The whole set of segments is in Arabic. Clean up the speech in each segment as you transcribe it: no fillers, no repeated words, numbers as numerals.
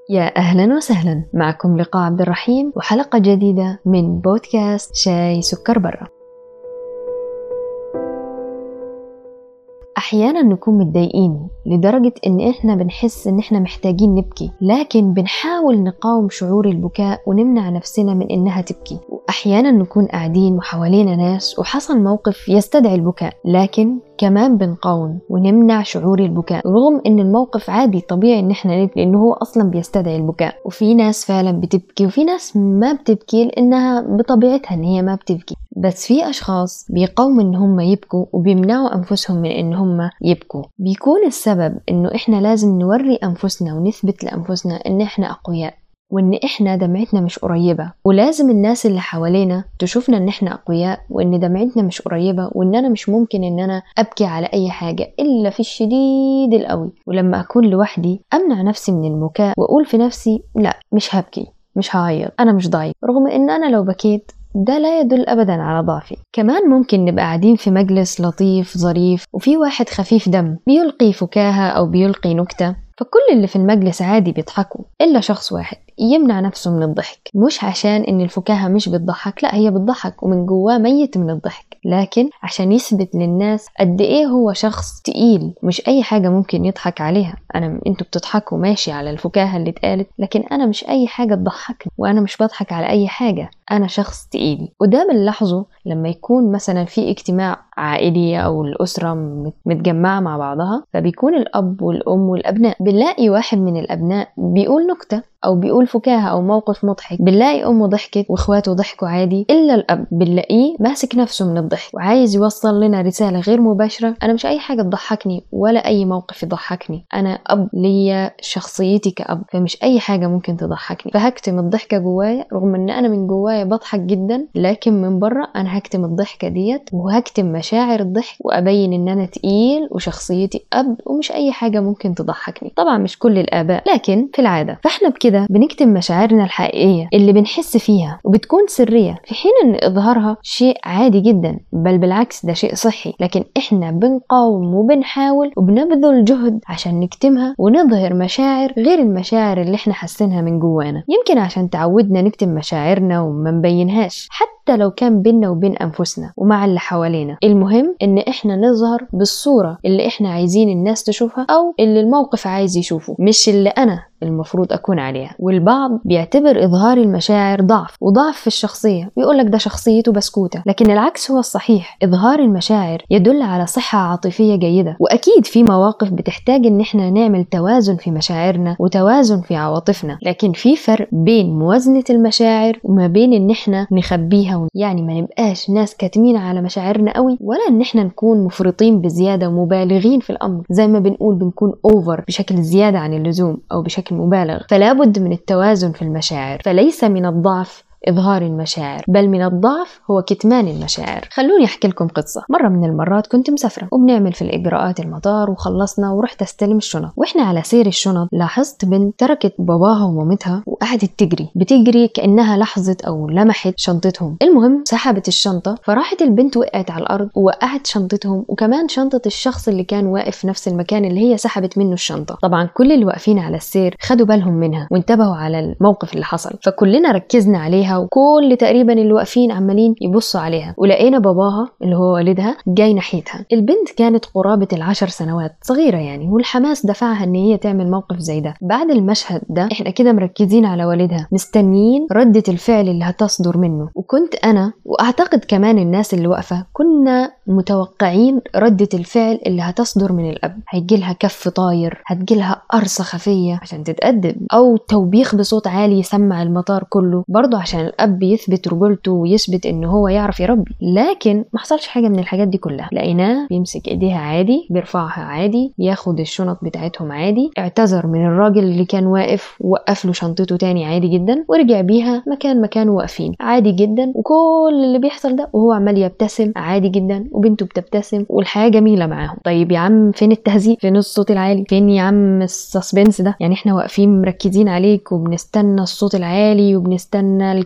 يا أهلا وسهلا، معكم لقاء عبد الرحيم وحلقة جديدة من بودكاست شاي سكر برا. أحيانا نكون متضايقين لدرجة إن إحنا بنحس إن إحنا محتاجين نبكي، لكن بنحاول نقاوم شعور البكاء ونمنع نفسنا من إنها تبكي. وأحيانا نكون قاعدين وحوالينا ناس وحصل موقف يستدعي البكاء، لكن كمان بنقاوم ونمنع شعور البكاء رغم إن الموقف عادي طبيعي إن إحنا نبكي لأنه هو أصلا بيستدعي البكاء. وفي ناس فعلا بتبكي وفي ناس ما بتبكي لأنها بطبيعتها إن هي ما بتبكي، بس في أشخاص بيقاوموا إن هم يبكوا وبيمنعوا أنفسهم من إن هم يبكوا. بيكون السبب إنه إحنا لازم نوري أنفسنا ونثبت لأنفسنا إن إحنا أقوياء وإن إحنا دمعتنا مش قريبة، ولازم الناس اللي حوالينا تشوفنا إن إحنا أقوياء وإن دمعتنا مش قريبة وإن أنا مش ممكن إن أنا أبكي على أي حاجة إلا في الشديد القوي. ولما أكون لوحدي أمنع نفسي من البكاء وأقول في نفسي لا، مش هبكي، مش هعيط، أنا مش ضعيف، رغم إن أنا لو بكيت ده لا يدل أبدا على ضعفي. كمان ممكن نبقى قاعدين في مجلس لطيف ظريف وفي واحد خفيف دم بيلقي فكاهة أو بيلقي نكتة، فكل اللي في المجلس عادي بيضحكوا إلا شخص واحد يمنع نفسه من الضحك، مش عشان إن الفكاهة مش بتضحك، لا هي بتضحك ومن جواه ميت من الضحك، لكن عشان يثبت للناس قد إيه هو شخص تقيل، مش أي حاجة ممكن يضحك عليها. انتوا بتضحكوا ماشي على الفكاهة اللي اتقالت، لكن أنا مش أي حاجة تضحكني وأنا مش بضحك على أي حاجة، أنا شخص تقيل. وده بنلاحظه لما يكون مثلا في اجتماع عائلي أو الأسرة متجمعة مع بعضها، فبيكون الأب والأم والأبناء، بنلاقي واحد من الأبناء بيقول نكتة أو بيقول فكاهة أو موقف مضحك، بنلاقي أمه ضحكت وإخواته ضحكوا عادي، إلا الأب بنلاقيه ماسك نفسه من الضحك وعايز يوصل لنا رسالة غير مباشرة: أنا مش أي حاجة تضحكني ولا أي موقف يضحكني، أنا أب ليا شخصيتي كأب، فمش أي حاجة ممكن تضحكني، فهكتم الضحكة جوايا رغم أن أنا من جوايا بضحك جدا، لكن من برا أنا هكتم الضحكة ديت وهكتم مشاعر الضحك وأبين أن أنا تقيل وشخصيتي أب ومش أي حاجة ممكن تضحكني. طبعا مش كل الآباء، لكن في العادة فإحنا بكده بنكتم مشاعرنا الحقيقية اللي بنحس فيها وبتكون سرية، في حين أن إظهارها شيء عادي جدا، بل بالعكس ده شيء صحي، لكن إحنا بنقاوم وبنحاول وبنبذل جهد عشان نكتمها ونظهر مشاعر غير المشاعر اللي إحنا حاسينها من جوانا، يمكن عشان تعودنا نكتم مشاعرنا وما نبينهاش حتى لو كان بيننا وبين أنفسنا ومع اللي حوالينا. المهم إن إحنا نظهر بالصورة اللي إحنا عايزين الناس تشوفها أو اللي الموقف عايز يشوفه، مش اللي أنا المفروض أكون عليها. والبعض بيعتبر إظهار المشاعر ضعف وضعف في الشخصية ويقولك ده شخصيته بسكوتة، لكن العكس هو الصحيح. إظهار المشاعر يدل على صحة عاطفية جيدة، وأكيد في مواقف بتحتاج إن إحنا نعمل توازن في مشاعرنا وتوازن في عواطفنا، لكن في فرق بين موازنة المشاعر وما بين إن إحنا نخبيها، يعني ما نبقاش ناس كاتمين على مشاعرنا قوي، ولا إن إحنا نكون مفرطين بزيادة ومبالغين في الأمر، زي ما بنكون أوفر بشكل زيادة عن اللزوم أو بشكل مبالغ. فلا بد من التوازن في المشاعر، فليس من الضعف إظهار المشاعر، بل من الضعف هو كتمان المشاعر. خلوني أحكي لكم قصة. مرة من المرات كنت مسافرة وبنعمل في الإجراءات المطار وخلصنا ورحت أستلم الشنط، وإحنا على سير الشنط لاحظت بنت تركت باباها ومامتها وقعدت بتجري كأنها لحظت أو لمحت شنطتهم. المهم سحبت الشنطة، فراحت البنت وقعت على الأرض ووقعت شنطتهم وكمان شنطة الشخص اللي كان واقف في نفس المكان اللي هي سحبت منه الشنطة. طبعا كل اللي واقفين على السير خدوا بالهم منها وانتبهوا على الموقف اللي حصل، فكلنا ركزنا عليها وكل تقريبا اللي واقفين عمالين يبصوا عليها، ولقينا باباها اللي هو والدها جاي ناحيتها. البنت كانت قرابة 10 سنوات، صغيرة يعني، والحماس دفعها ان هي تعمل موقف زي ده. بعد المشهد ده احنا كده مركزين على والدها مستنيين ردة الفعل اللي هتصدر منه، وكنت انا واعتقد كمان الناس اللي واقفة كنا متوقعين ردة الفعل اللي هتصدر من الاب. هيجيلها كف طاير، هتجيلها قرصة خفية عشان تتأدب، او توبيخ بصوت عالي يسمع المطار كله برضو عشان الاب يثبت رجولته ويثبت انه هو يعرف يربي. لكن ما حصلش حاجه من الحاجات دي كلها، لقيناه بيمسك ايديها عادي، بيرفعها عادي، ياخد الشنط بتاعتهم عادي، اعتذر من الراجل اللي كان واقف ووقف له شنطته تاني عادي جدا، ورجع بيها مكانه واقفين عادي جدا، وكل اللي بيحصل ده وهو عمال يبتسم عادي جدا وبنته بتبتسم والحياه جميله معاهم. طيب يا عم فين التهزيء؟ فين الصوت العالي؟ فين يا عم السسبنس ده؟ يعني احنا واقفين مركزين عليك وبنستنى الصوت العالي وبنستنى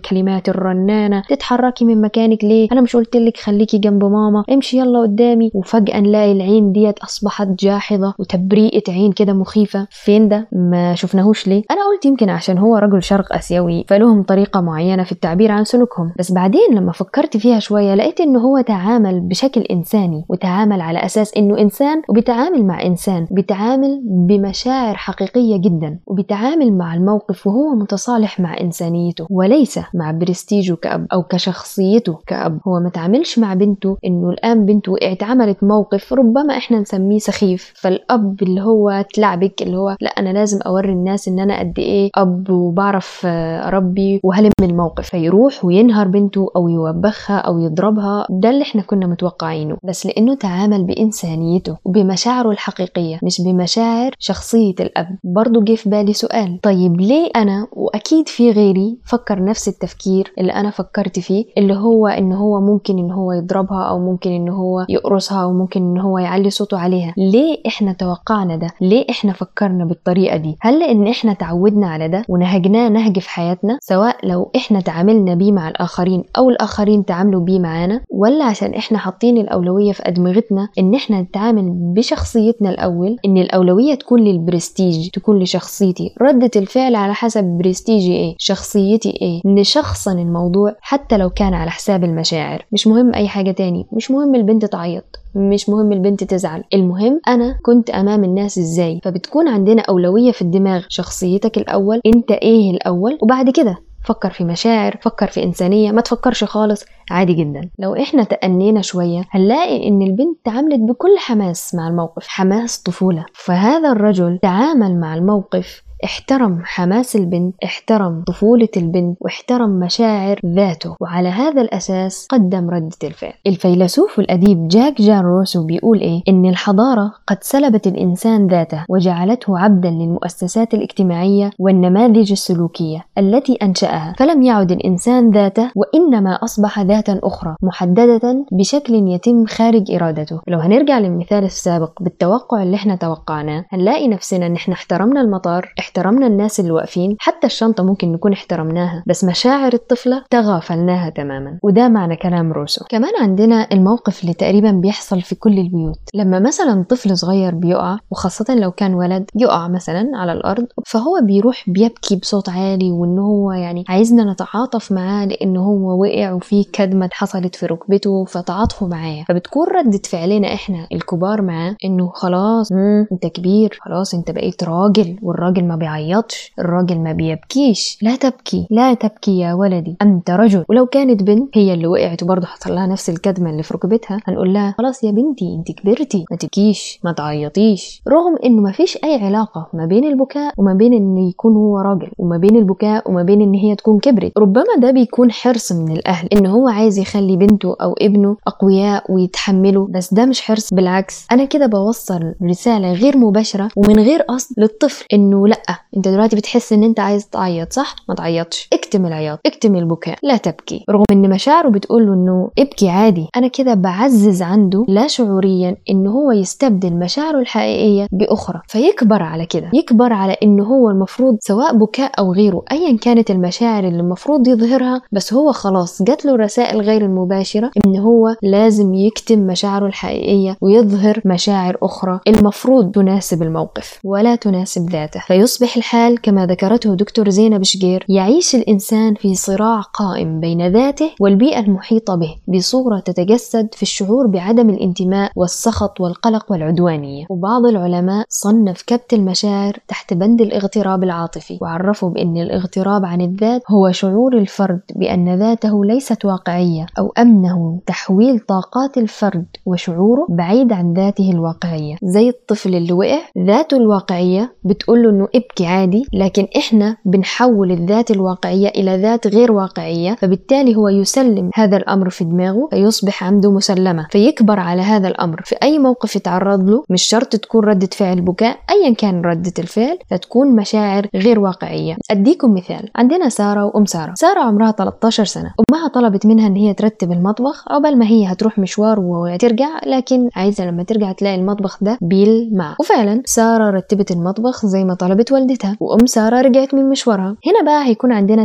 والكلمات الرنانة، تتحركي من مكانك ليه؟ أنا مش قلتلك خليكي جنب ماما، امشي يلا قدامي. وفجأة نلاقي العين ديت أصبحت جاحظة وتبريئة عين كده مخيفة. فين ده؟ ما شفناهوش ليه؟ أنا قلت يمكن عشان هو رجل شرق آسيوي فلهم طريقة معينة في التعبير عن سلوكهم، بس بعدين لما فكرت فيها شوية لقيت إنه هو تعامل بشكل إنساني، وتعامل على أساس إنه إنسان وبيتعامل مع إنسان، بيتعامل بمشاعر حقيقية جدا، وبيتعامل مع الموقف وهو متصالح مع إنسانيته وليس مع برستيجه كأب أو كشخصيته كأب. هو ما تعاملش مع بنته إنه الآن بنته وقعت عملت موقف ربما إحنا نسميه سخيف، فالأب اللي هو تلعبك اللي هو لا أنا لازم أوري الناس إن أنا قد إيه أب وبعرف أربي وهلم الموقف، فيروح وينهر بنته أو يوبخها أو يضربها. ده اللي إحنا كنا متوقعينه، بس لأنه تعامل بإنسانيته وبمشاعره الحقيقية مش بمشاعر شخصية الأب. برضو جه في بالي سؤال، طيب ليه أنا وأكيد في غيري فكر نفس التفكير اللي أنا فكرت فيه، اللي هو إنه هو ممكن إنه هو يضربها أو ممكن إنه هو يقرصها أو ممكن إنه هو يعلي صوته عليها؟ ليه إحنا توقعنا ده؟ ليه إحنا فكرنا بالطريقة دي؟ هل لأن إحنا تعودنا على ده ونهجناه نهج في حياتنا، سواء لو إحنا تعاملنا بيه مع الآخرين أو الآخرين تعاملوا بيه معانا، ولا عشان إحنا حاطين الأولوية في أدمغتنا إن إحنا نتعامل بشخصيتنا الأول، إن الأولوية تكون للبرستيج، تكون لشخصيتي، ردة الفعل على حسب برستيجي إيه، شخصيتي إيه، نشخصن الموضوع حتى لو كان على حساب المشاعر. مش مهم أي حاجة تاني، مش مهم البنت تعيط، مش مهم البنت تزعل، المهم أنا كنت أمام الناس إزاي. فبتكون عندنا أولوية في الدماغ شخصيتك الأول، أنت إيه الأول، وبعد كده فكر في مشاعر، فكر في إنسانية، ما تفكرش خالص، عادي جدا. لو إحنا تأنينا شوية هنلاقي إن البنت تعاملت بكل حماس مع الموقف، حماس طفولة. فهذا الرجل تعامل مع الموقف، احترم حماس البنت، احترم طفولة البنت، واحترم مشاعر ذاته، وعلى هذا الأساس قدم ردة الفعل. الفيلسوف والأديب جاك جان روسو بيقول إيه؟ إن الحضارة قد سلبت الإنسان ذاته وجعلته عبدا للمؤسسات الاجتماعية والنماذج السلوكية التي أنشأها، فلم يعد الإنسان ذاته وإنما أصبح ذاتا أخرى محددة بشكل يتم خارج إرادته. لو هنرجع للمثال السابق بالتوقع اللي احنا توقعناه، هنلاقي نفسنا إن احنا احترمنا المطار، احترمنا الناس اللي واقفين، حتى الشنطة ممكن نكون احترمناها، بس مشاعر الطفلة تغافلناها تماما. وده معنى كلام روسو. كمان عندنا الموقف اللي تقريبا بيحصل في كل البيوت، لما مثلا طفل صغير بيقع، وخاصة لو كان ولد يقع مثلا على الأرض، فهو بيروح بيبكي بصوت عالي، وإنه هو يعني عايزنا نتعاطف معاه لأنه هو وقع وفي كدمة حصلت في ركبته، فتعاطفوا معاه. فبتكون ردة فعلنا إحنا الكبار معاه إنه خلاص أنت كبير، خلاص أنت بقيت راجل، والراجل ما بيعيطش، الراجل ما بيبكيش، لا تبكي لا تبكي يا ولدي أنت رجل. ولو كانت بنت هي اللي وقعت وبرضه حصل لها نفس الكدمة اللي في ركبتها، هنقول لها خلاص يا بنتي أنت كبرتي، ما تبكيش ما تعيطيش. رغم إنه ما فيش أي علاقة ما بين البكاء وما بين إنه يكون هو راجل، وما بين البكاء وما بين إن هي تكون كبرت. ربما ده بيكون حرص من الأهل إنه هو عايز يخلي بنته أو ابنه أقوياء ويتحملوا، بس ده مش حرص، بالعكس أنا كده بوصل رسالة غير مباشرة ومن غير قصد للطفل إنه لأ انت دلوقتي بتحس ان انت عايز تعيط، صح؟ ما تعيطش، اكتم العياط، اكتم البكاء، لا تبكي. رغم ان مشاعره بتقول له انه ابكي عادي، انا كده بعزز عنده لا شعوريا انه هو يستبدل مشاعره الحقيقية باخرى، فيكبر على كده، يكبر على انه هو المفروض سواء بكاء او غيره ايا كانت المشاعر اللي المفروض يظهرها، بس هو خلاص جات له رسائل غير المباشرة ان هو لازم يكتم مشاعره الحقيقية ويظهر مشاعر اخرى المفروض تناسب الموقف ولا تناسب ذاته. فيصبح الحال كما ذكرته دكتور زينب شقير، يعيش الإنسان في صراع قائم بين ذاته والبيئة المحيطة به بصورة تتجسد في الشعور بعدم الانتماء والسخط والقلق والعدوانية. وبعض العلماء صنف كبت المشاعر تحت بند الاغتراب العاطفي، وعرفوا بأن الاغتراب عن الذات هو شعور الفرد بأن ذاته ليست واقعية، أو أنه تحويل طاقات الفرد وشعوره بعيد عن ذاته الواقعية. زي الطفل اللي وقع، ذاته الواقعية بتقوله أنه ابكي عادي، لكن إحنا بنحول الذات الواقعية إلى ذات غير واقعية، فبالتالي هو يسلم هذا الأمر في دماغه فيصبح عنده مسلمة، فيكبر على هذا الأمر. في أي موقف يتعرض له مش شرط تكون ردة فعل بكاء، أيا كان ردة الفعل فتكون مشاعر غير واقعية. أديكم مثال، عندنا سارة وأم سارة. سارة عمرها 13 سنة، أمها طلبت منها أن هي ترتب المطبخ عقبال ما هي هتروح مشوار وترجع، لكن عايزة لما ترجع تلاقي المطبخ ده بيلمع. وفعلا سارة رتبت المطبخ زي ما طلبت والدتها، وأم سارة رجعت من مشوارها. هنا بقى هيكون عندنا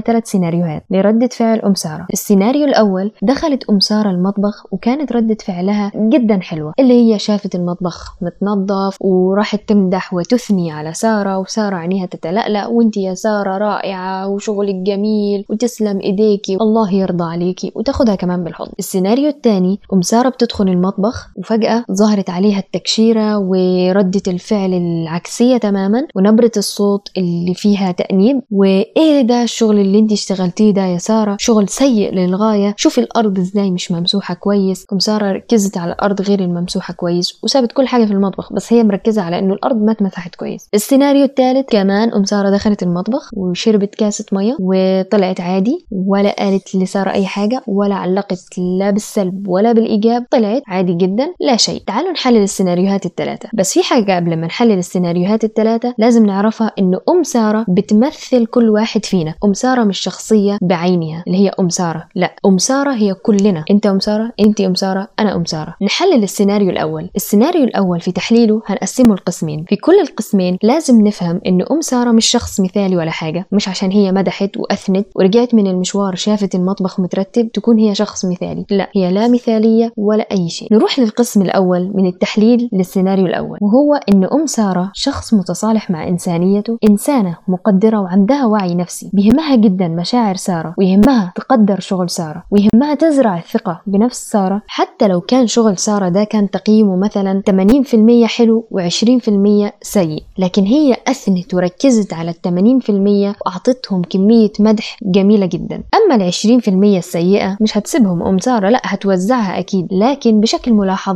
3 سيناريوهات لردة فعل سارة. السيناريو الأول، دخلت سارة المطبخ وكانت ردة فعلها جدا حلوة، اللي هي شافت المطبخ متنظف وراحت تمدح وتثني على سارة، وسارة عينيها تتلألأ، وانت يا سارة رائعة وشغلك جميل وتسلم ايديكي والله يرضى عليكي، وتاخدها كمان بالحضن. السيناريو الثاني، سارة بتدخل المطبخ وفجأة ظهرت عليها التكشيرة وردة الفعل العكسية تماما، ونبرة الصوت اللي فيها تأنيب، وايه ده الشغل اللي انت اشتغلتيه ده يا سارة، شغل سيء للغاية، شوفي الأرض ازاي مش ممسوحة كويس. سارة ركزت على الأرض غير الممسوحة كويس وسابت كل حاجة في المطبخ، بس هي مركزة على انه الأرض ما اتمسحت كويس. السيناريو الثالث كمان، سارة دخلت المطبخ وشربت كاسة مية وطلعت عادي، ولا قالت لسارة أي حاجة، ولا علقت لا بالسلب ولا بالإيجاب، طلعت عادي جدا لا شيء. تعالوا نحلل السيناريوهات الثلاثة، بس في حاجة قبل ما نحلل السيناريوهات الثلاثة لازم نعرفها، إنه سارة بتمثل كل واحد فينا. سارة مش شخصية بعينها اللي هي سارة، لا، سارة هي كلنا، انت سارة، انت سارة، انا سارة. نحلل السيناريو الأول. السيناريو الأول في تحليله هنقسمه لقسمين. في كل القسمين لازم نفهم إنه سارة مش شخص مثالي ولا حاجة، مش عشان هي مدحت وأثنت ورجعت من المشوار شافت المطبخ مترتب تكون هي شخص مثالي، لا، هي لا مثالية ولا أي شيء. نروح للقسم الأول من التحليل للسيناريو الأول، وهو إن سارة شخص متصالح مع إنسانيته، إنسانة مقدرة وعندها وعي نفسي، بيهمها جدا مشاعر سارة، ويهمها تقدر شغل سارة، ويهمها تزرع الثقة بنفس سارة، حتى لو كان شغل سارة ده كان تقييمه مثلا 80% حلو و20% سيء، لكن هي أثنت وركزت على 80% وأعطتهم كمية مدح جميلة جدا. أما 20% السيئة مش هتسيبهم سارة، لا، هتوزعها أكيد، لكن بشكل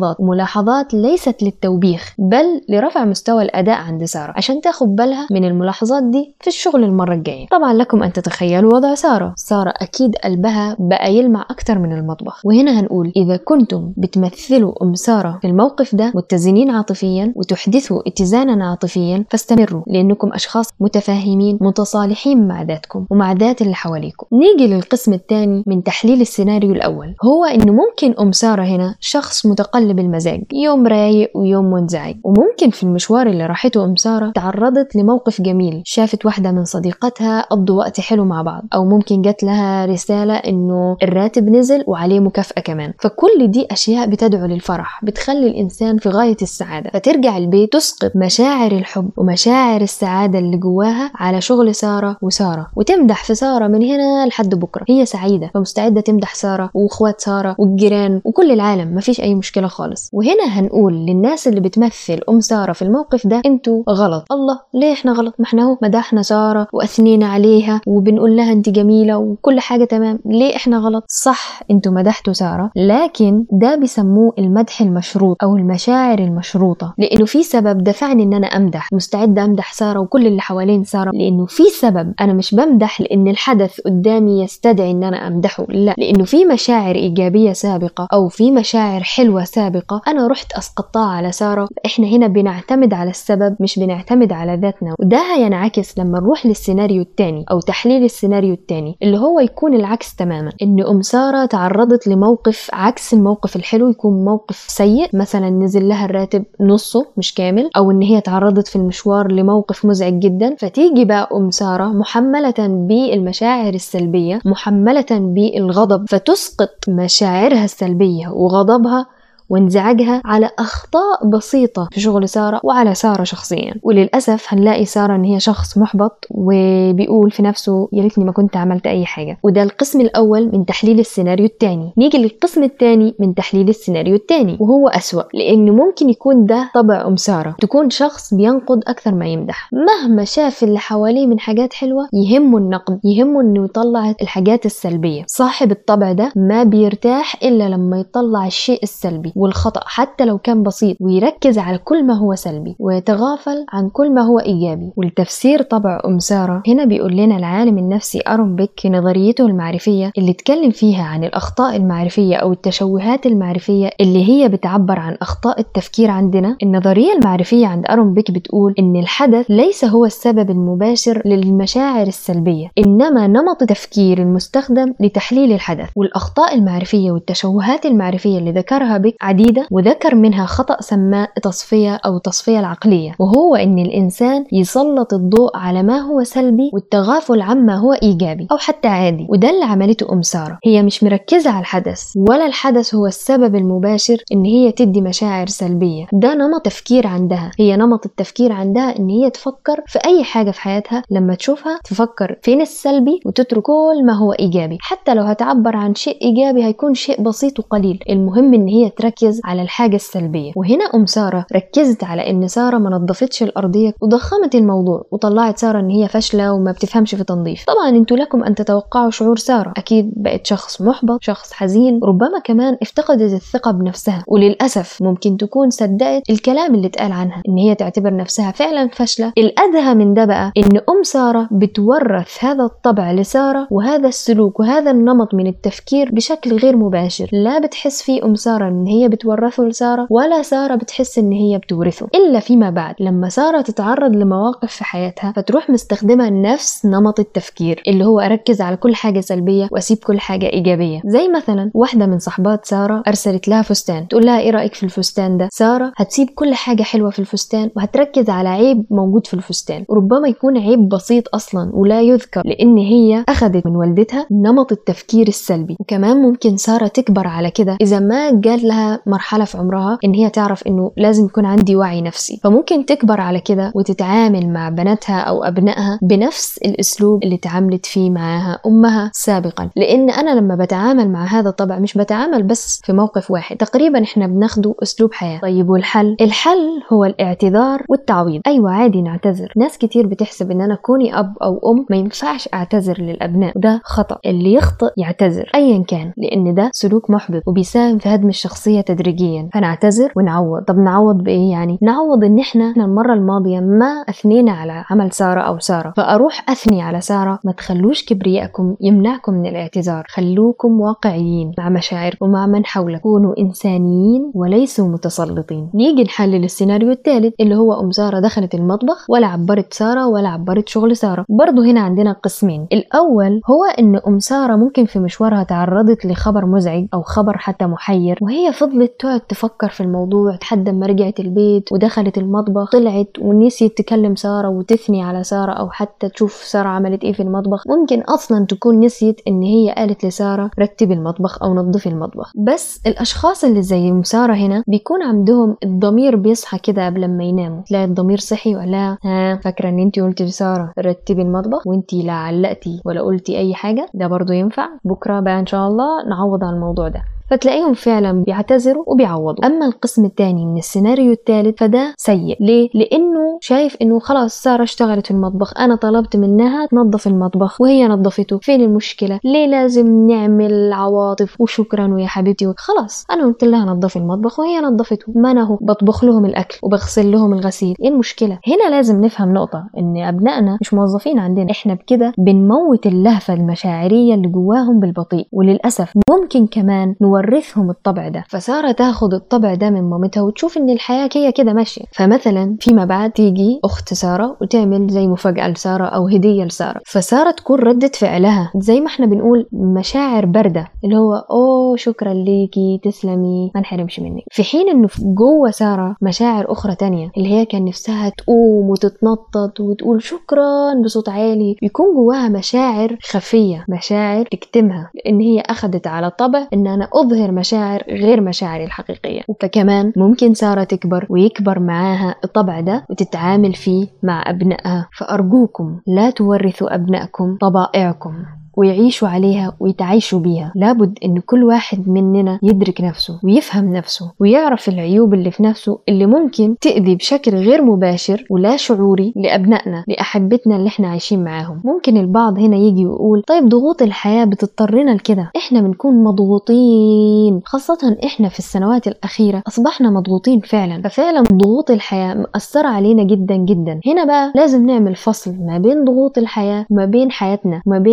ملاحظات ليست للتوبيخ بل لرفع مستوى الأداء عند سارة، عشان تاخد بالها من الملاحظات دي في الشغل المرة الجاية. طبعا لكم أن تتخيلوا وضع سارة أكيد قلبها بقى يلمع أكتر من المطبخ. وهنا هنقول إذا كنتم بتمثلوا سارة في الموقف ده متزنين عاطفيا وتحدثوا اتزانا عاطفيا، فاستمروا، لأنكم أشخاص متفاهمين متصالحين مع ذاتكم ومع ذات اللي حواليكم. نيجي للقسم الثاني من تحليل السيناريو الأول، هو إنه ممكن سارة هنا شخص متقلب المزاج، يوم رايق ويوم منزعج، وممكن في المشوار اللي راحته سارة تعرضت لموقف جميل، شافت واحدة من صديقتها قضوا وقت حلو مع بعض، أو ممكن جات لها رسالة إنه الراتب نزل وعليه مكافأة كمان. فكل دي أشياء بتدعو للفرح، بتخلي الإنسان في غاية السعادة، فترجع البيت تسقط مشاعر الحب ومشاعر السعادة اللي جواها على شغل سارة وتمدح في سارة من هنا لحد بكرة. هي سعيدة فمستعدة تمدح سارة وأخوات سارة والجيران وكل العالم، مفيش أي مشكلة خالص. وهنا هنقول للناس اللي بتمثل سارة في الموقف ده، انتوا غلط. الله، ليه احنا غلط؟ ما احنا هو مدحنا سارة وأثنينا عليها وبنقول لها انت جميلة وكل حاجة تمام، ليه احنا غلط؟ صح، انتوا مدحتوا سارة، لكن ده بيسموه المدح المشروط أو المشاعر المشروطة، لأنه في سبب دفعني ان انا امدح، مستعدة امدح سارة وكل اللي حوالين سارة، لأنه في سبب. انا مش بمدح لأن الحدث قدامي يستدعي ان انا امدحه، لا، لأنه في مشاعر إيجابية سابقة أو في مشاعر حلوة سابقة أنا رحت أسقطها على سارة. إحنا هنا بنعتمد على السبب مش بنعتمد على ذاتنا، وده هينعكس لما نروح للسيناريو الثاني أو تحليل السيناريو الثاني، اللي هو يكون العكس تماما، إن سارة تعرضت لموقف عكس الموقف الحلو، يكون موقف سيء، مثلا نزل لها الراتب نصه مش كامل، أو إن هي تعرضت في المشوار لموقف مزعج جدا، فتيجي بقى سارة محملة بالمشاعر السلبية، محملة بالغضب، فتسقط مشاعرها السلبية وغضبها وانزعاجها على أخطاء بسيطة في شغل سارة وعلى سارة شخصيا. وللأسف هنلاقي سارة إن هي شخص محبط وبيقول في نفسه يا ريتني ما كنت عملت أي حاجة. وده القسم الأول من تحليل السيناريو الثاني. نيجي للقسم الثاني من تحليل السيناريو الثاني، وهو أسوأ، لأنه ممكن يكون ده طبع سارة، تكون شخص بينقد أكثر ما يمدح، مهما شاف اللي حواليه من حاجات حلوة يهمه النقد، يهمه إنه يطلع الحاجات السلبية. صاحب الطبع ده ما بيرتاح إلا لما يطلع الشيء السلبي والخطأ حتى لو كان بسيط، ويركز على كل ما هو سلبي ويتغافل عن كل ما هو إيجابي. والتفسير طبع سارة هنا بيقول لنا العالم النفسي أرون بيك في نظريته المعرفية اللي اتكلم فيها عن الأخطاء المعرفية أو التشوهات المعرفية اللي هي بتعبر عن أخطاء التفكير عندنا. النظرية المعرفية عند أرون بيك بتقول إن الحدث ليس هو السبب المباشر للمشاعر السلبية، إنما نمط التفكير المستخدم لتحليل الحدث. والأخطاء المعرفية والتشوهات المعرفية اللي ذكرها بيك عديدة، وذكر منها خطأ سماه تصفية أو تصفية العقلية، وهو إن الإنسان يسلط الضوء على ما هو سلبي والتغافل عما هو إيجابي أو حتى عادي. وده اللي عملته سارة، هي مش مركزة على الحدث ولا الحدث هو السبب المباشر إن هي تدي مشاعر سلبية، ده نمط تفكير عندها. هي نمط التفكير عندها إن هي تفكر في أي حاجة في حياتها لما تشوفها تفكر فين السلبي وتترك كل ما هو إيجابي، حتى لو هتعبر عن شيء إيجابي هيكون شيء بسيط وقليل، المهم إن هي تركز على الحاجة السلبية. وهنا سارة ركزت على إن سارة ما نظفتش الأرضية وضخمت الموضوع وطلعت سارة إن هي فاشلة وما بتفهمش في تنظيف. طبعا انتوا لكم أن تتوقعوا شعور سارة، أكيد بقت شخص محبط، شخص حزين، ربما كمان افتقدت الثقة بنفسها، وللأسف ممكن تكون صدقت الكلام اللي اتقال عنها إن هي تعتبر نفسها فعلا فاشلة. الأدهى من ده بقى إن سارة بتورث هذا الطبع لسارة وهذا السلوك وهذا النمط من التفكير بشكل غير مباشر، لا بتحس فيه سارة إن هي بتورثه لسارة ولا سارة بتحس إن هي بتورثه، إلا فيما بعد لما سارة تتعرض لمواقف في حياتها فتروح مستخدمة نفس نمط التفكير اللي هو أركز على كل حاجة سلبية وأسيب كل حاجة إيجابية. زي مثلا واحدة من صحبات سارة أرسلت لها فستان، تقول لها إيه رأيك في الفستان ده؟ سارة هتسيب كل حاجة حلوة في الفستان وهتركز على عيب موجود في الفستان، وربما يكون عيب بسيط أصلا ولا يذكر، لأن هي أخذت من والدتها نمط التفكير السلبي. وكمان ممكن سارة تكبر على كده إذا ما جات لها مرحلة في عمرها إن هي تعرف إنه لازم يكون عندي وعي نفسي، فممكن تكبر على كده وتتعامل مع بناتها أو أبنائها بنفس الأسلوب اللي تعاملت فيه معها أمها سابقا. لأن أنا لما بتعامل مع هذا الطبع مش بتعامل بس في موقف واحد، تقريبا إحنا بناخده أسلوب حياة. طيب والحل؟ الحل هو الاعتذار والتعويض. أيوة عادي نعتذر، ناس كتير بتحسب إن أنا كوني أب أو أم ما ينفعش أعتذر للأبناء، ده خطأ. اللي يخطئ يعتذر أيا كان، لأن ده سلوك محبط وبيساهم في هدم الشخصية تدريجيا. فنعتذر ونعوض. طب نعوض بإيه يعني؟ نعوض إن إحنا المرة الماضية ما أثنينا على عمل سارة أو سارة، فأروح أثني على سارة. ما تخلوش كبريائكم يمنعكم من الاعتذار، خلوكم واقعيين مع مشاعر ومع من حولك، كونوا إنسانيين وليسوا متسلطين. نيجي نحلل السيناريو الثالث اللي هو سارة دخلت المطبخ ولا عبرت سارة ولا عبرت شغل سارة. برضو هنا عندنا قسمين. الأول هو إن سارة ممكن في مشوارها تعرضت لخبر مزعج أو خبر حتى محير، وهي فضلت تقعد تفكر في الموضوع لحد ما رجعت البيت ودخلت المطبخ، طلعت ونسيت تكلم سارة وتثني على سارة أو حتى تشوف سارة عملت إيه في المطبخ. ممكن أصلا تكون نسيت إن هي قالت لسارة رتبي المطبخ أو نظفي المطبخ. بس الأشخاص اللي زي سارة هنا بيكون عندهم الضمير بيصحى كده قبل ما يناموا، تلاقي الضمير صحي ولا فاكرة إن أنتي قلتي لسارة رتبي المطبخ وأنتي لا علقتي ولا قلتي أي حاجة، ده برضو ينفع. بكرة بقى إن شاء الله نعوض على الموضوع ده. فتلاقيهم فعلا بيعتذروا وبيعوضوا. أما القسم الثاني من السيناريو الثالث فده سيء. ليه؟ لأنه شايف إنه خلاص سارة اشتغلت في المطبخ، أنا طلبت منها تنظف المطبخ وهي نظفته، فين المشكلة؟ ليه لازم نعمل عواطف وشكرا ويا حبيبتي؟ خلاص أنا قلت لها نظفي المطبخ وهي نظفته، ما أنا هو بطبخ لهم الأكل وبغسل لهم الغسيل، إيه المشكلة؟ هنا لازم نفهم نقطة، إن أبنائنا مش موظفين عندنا، إحنا بكده بنموت اللهفة المشاعرية اللي جواهم بالبطيء، وللأسف ممكن كمان نورثهم الطبع ده. فسارة تاخد الطبع ده من مامتها وتشوف ان الحياة هي كده ماشية، فمثلا فيما بعد تيجي اخت سارة وتعمل زي مفاجأة لسارة او هدية لسارة، فسارة تكون ردة فعلها زي ما احنا بنقول مشاعر باردة، اللي هو اوه شكرا ليكي تسلمي ما نحرمش منك، في حين انه جوه سارة مشاعر اخرى تانية اللي هي كان نفسها تقوم وتتنطط وتقول شكرا بصوت عالي، يكون جواها مشاعر خفية، مشاعر تكتمها، لان هي اخدت على طبع ان انا اظهر مشاعر غير مشاعري الحقيقية. وكمان ممكن سارة تكبر ويكبر معاها الطبع ده وتتعامل فيه مع أبنائها. فأرجوكم لا تورثوا أبنائكم طبائعكم ويعيشوا عليها ويتعايشوا بيها. لابد ان كل واحد مننا يدرك نفسه ويفهم نفسه ويعرف العيوب اللي في نفسه اللي ممكن تأذي بشكل غير مباشر ولا شعوري لأبنائنا لأحبتنا اللي احنا عايشين معاهم. ممكن البعض هنا يجي ويقول طيب ضغوط الحياة بتضطرنا لكده، احنا بنكون مضغوطين، خاصة احنا في السنوات الأخيرة أصبحنا مضغوطين فعلا، ففعلا ضغوط الحياة مأثرة علينا جدا جدا. هنا بقى لازم نعمل فصل ما بين ضغوط الحياة وما بين حياتنا وما بين احنا.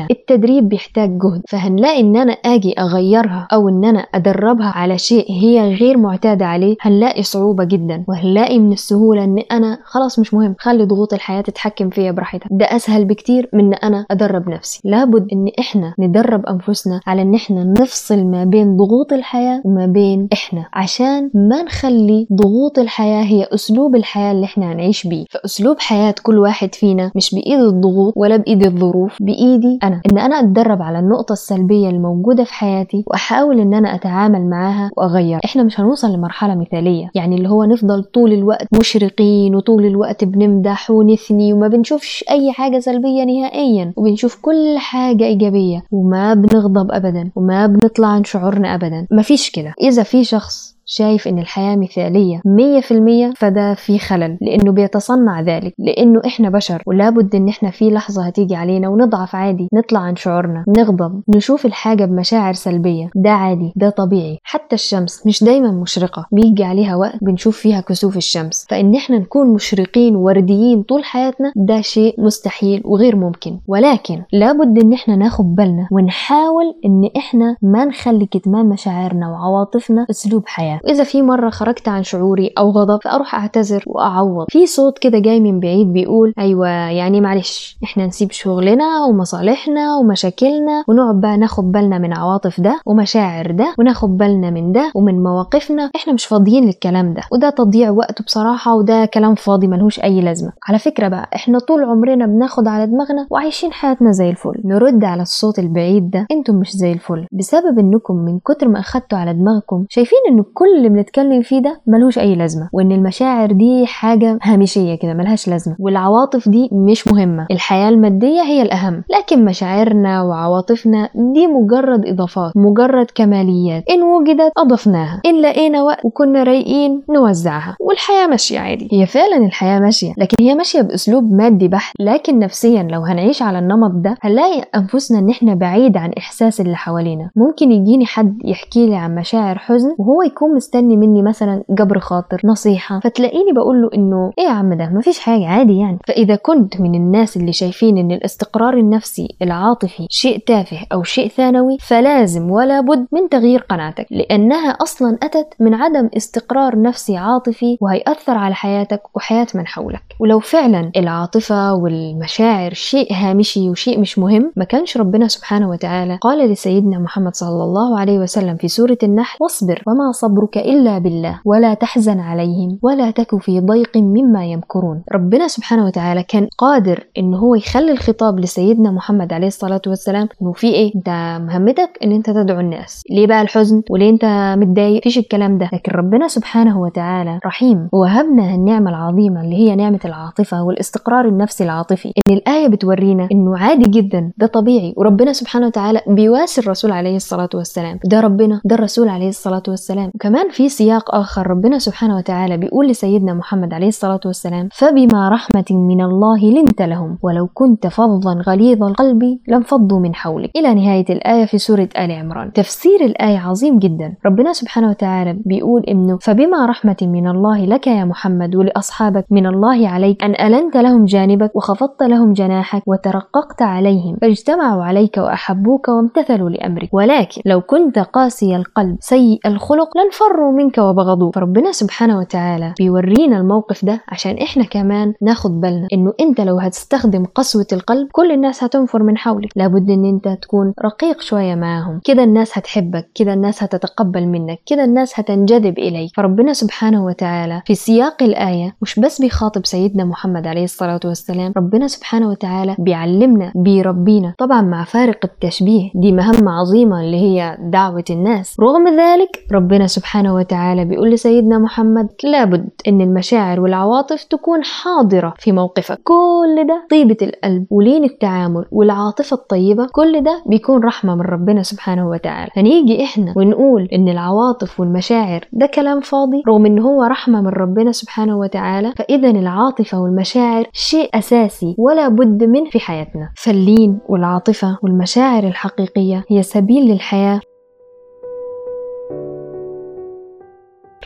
التدريب بيحتاج جهد، فهنلاقي ان انا اجي اغيرها او ان انا ادربها على شيء هي غير معتادة عليه هنلاقي صعوبة جدا، وهنلاقي من السهولة ان انا خلاص مش مهم، خلي ضغوط الحياة تتحكم فيها براحتها. ده اسهل بكتير من ان انا ادرب نفسي. لابد ان احنا ندرب انفسنا على ان احنا نفصل ما بين ضغوط الحياة وما بين احنا، عشان ما نخلي ضغوط الحياة هي اسلوب الحياة اللي احنا هنعيش بيه. فاسلوب حياة كل واحد فينا مش بايد الضغوط ولا بايد الظروف، بايدي انا، ان انا اتدرب على النقطة السلبية الموجودة في حياتي واحاول ان انا اتعامل معاها واغير. احنا مش هنوصل لمرحلة مثالية يعني اللي هو نفضل طول الوقت مشرقين وطول الوقت بنمدح ونثني وما بنشوفش اي حاجة سلبية نهائيا، وبنشوف كل حاجة ايجابية وما بنغضب ابدا وما بنطلع عن شعورنا ابدا. مفيش كده. اذا في شخص شايف ان الحياة مثالية 100% فده في خلل، لانه بيتصنع ذلك، لانه احنا بشر ولابد ان احنا في لحظة هتيجي علينا ونضعف عادي، نطلع عن شعورنا، نغضب، نشوف الحاجة بمشاعر سلبية. ده عادي، ده طبيعي. حتى الشمس مش دايما مشرقة، بيجي عليها وقت بنشوف فيها كسوف الشمس. فان احنا نكون مشرقين وورديين طول حياتنا ده شيء مستحيل وغير ممكن، ولكن لابد ان احنا ناخد بالنا ونحاول ان احنا ما نخلي كتمان مشاعرنا وعواطفنا اسلوب حياة. وإذا في مرة خرجت عن شعوري أو غضب فأروح أعتذر وأعوض. في صوت كده جاي من بعيد بيقول أيوة يعني معلش إحنا نسيب شغلنا ومصالحنا ومشاكلنا ونقعد بقى ناخد بالنا من عواطف ده ومشاعر ده وناخد بالنا من ده ومن مواقفنا، إحنا مش فاضيين للكلام ده، وده تضييع وقت بصراحة، وده كلام فاضي ملهوش أي لازمة. على فكرة بقى إحنا طول عمرنا بناخد على دماغنا وعايشين حياتنا زي الفل. نرد على الصوت البعيد ده انتم مش زي الفل، بسبب انكم من كتر ما اخدتوا على دماغكم شايفين ان كل اللي بنتكلم فيه ده ملهوش اي لازمه، وان المشاعر دي حاجه هامشيه كده ملهاش لازمه، والعواطف دي مش مهمه، الحياه الماديه هي الاهم، لكن مشاعرنا وعواطفنا دي مجرد اضافات، مجرد كماليات، ان وجدت اضفناها، ان لقينا وقت وكنا رايقين نوزعها، والحياه ماشيه عادي. هي فعلا الحياه ماشيه، لكن هي ماشيه باسلوب مادي بحت، لكن نفسيا لو هنعيش على النمط ده هنلاقي انفسنا ان احنا بعيد عن احساس اللي حوالينا. ممكن يجيني حد يحكي لي عن مشاعر حزن وهو يكون مستني مني مثلا جبر خاطر، نصيحة، فتلاقيني بقول له انه ايه يا عم ده مفيش حاجة عادي يعني. فاذا كنت من الناس اللي شايفين ان الاستقرار النفسي العاطفي شيء تافه او شيء ثانوي، فلازم ولا بد من تغيير قناعتك، لانها اصلا اتت من عدم استقرار نفسي عاطفي وهيأثر على حياتك وحياة من حولك. ولو فعلا العاطفة والمشاعر شيء هامشي وشيء مش مهم، ما كانش ربنا سبحانه وتعالى قال لسيدنا محمد صلى الله عليه وسلم في سورة النحل: واصبر وما صبرك إلا بالله ولا تحزن عليهم ولا تك في ضيق مما يمكرون. ربنا سبحانه وتعالى كان قادر ان هو يخلي الخطاب لسيدنا محمد عليه الصلاة والسلام انه في ايه، انت مهمتك ان انت تدعو الناس، ليه بقى الحزن وليه انت متضايق، فيش الكلام ده. لكن ربنا سبحانه وتعالى رحيم ووهبنا النعمة العظيمة اللي هي نعمة العاطفة والاستقرار النفسي العاطفي، ان الآية بتورينا انه عادي جدا، ده طبيعي، وربنا سبحانه وتعالى بيواسي الرسول عليه الصلاة والسلام، ده ربنا ده الرسول عليه الصلاة والسلام. وكمان في سياق آخر ربنا سبحانه وتعالى بيقول لسيدنا محمد عليه الصلاة والسلام: فبما رحمة من الله لنت لهم ولو كنت فظا غليظ القلب لانفضوا من حولك، إلى نهاية الآية في سورة آل عمران. تفسير الآية عظيم جدا. ربنا سبحانه وتعالى بيقول إنه فبما رحمة من الله لك يا محمد ولأصحابك من الله عليك أن ألنت لهم جانبك وخفضت لهم جناحك وترققت عليهم فاجتمعوا عليك وأحبوك وامتثلوا لأمرك، ولكن لو كنت قاسي القلب سيء الخلق لانفروا منك وبغضوك. فربنا سبحانه وتعالى بيورينا الموقف ده عشان احنا كمان ناخد بالنا انه انت لو هتستخدم قسوة القلب كل الناس هتنفر من حولك، لابد ان انت تكون رقيق شوية معهم، كده الناس هتحبك، كده الناس هتتقبل منك، كده الناس هتنجذب اليك. فربنا سبحانه وتعالى في سياق الآية مش بس بيخاطب سيدنا محمد عليه الصلاة والسلام، ربنا سبحانه وتعالى بيعلمنا بيربينا، طبعا مع فارق التشبيه، دي مهمة عظيمة اللي هي دعوة الناس. رغم ذلك ربنا سبحانه وتعالى بيقول لسيدنا محمد لابد ان المشاعر والعواطف تكون حاضرة في موقفك. كل ده طيبة القلب ولين التعامل والعاطفة الطيبة، كل ده بيكون رحمة من ربنا سبحانه وتعالى. فنيجي احنا ونقول ان العواطف والمشاعر ده كلام فاضي رغم ان هو رحمة من ربنا سبحانه وتعالى. فاذا العاطفة والمشاعر شيء اساسي ولا بد منه في حياتنا. فاللين والعاطفة والمشاعر الحقيقية هي سبيل للحياة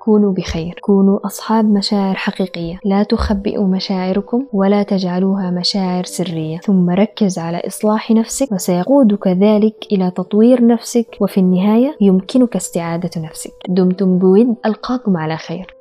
كونوا بخير، كونوا أصحاب مشاعر حقيقية، لا تخبئوا مشاعركم ولا تجعلوها مشاعر سرية. ثم ركز على إصلاح نفسك، وسيقودك ذلك إلى تطوير نفسك، وفي النهاية يمكنك استعادة نفسك. دمتم بود، ألقاكم على خير.